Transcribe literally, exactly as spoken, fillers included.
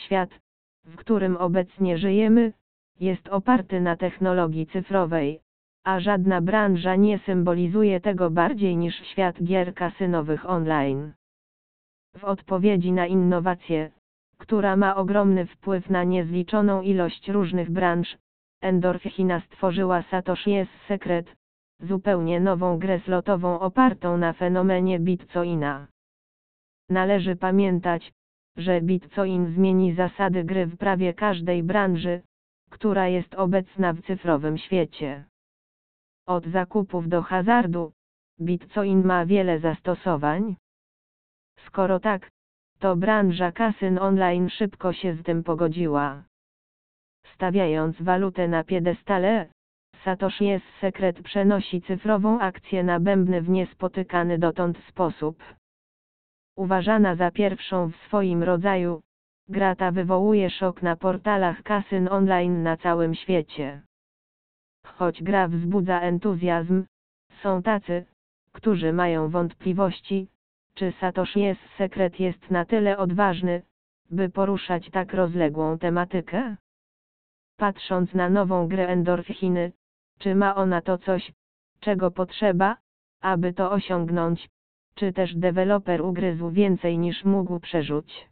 świat, w którym obecnie żyjemy, jest oparty na technologii cyfrowej, a żadna branża nie symbolizuje tego bardziej niż świat gier kasynowych online. W odpowiedzi na innowację, która ma ogromny wpływ na niezliczoną ilość różnych branż, Endorphina stworzyła Satoshi's Secret, zupełnie nową grę slotową opartą na fenomenie Bitcoina. Należy pamiętać, że Bitcoin zmieni zasady gry w prawie każdej branży, która jest obecna w cyfrowym świecie. Od zakupów do hazardu, Bitcoin ma wiele zastosowań. Skoro tak, to branża kasyn online szybko się z tym pogodziła. Stawiając walutę na piedestale, Satoshi's Secret przenosi cyfrową akcję na bębny w niespotykany dotąd sposób. Uważana za pierwszą w swoim rodzaju, gra ta wywołuje szok na portalach kasyn online na całym świecie. Choć gra wzbudza entuzjazm, są tacy, którzy mają wątpliwości, czy Satoshi's Secret jest na tyle odważny, by poruszać tak rozległą tematykę? Patrząc na nową grę Endorphiny, czy ma ona to coś, czego potrzeba, aby to osiągnąć, czy też deweloper ugryzł więcej niż mógł przerzuć?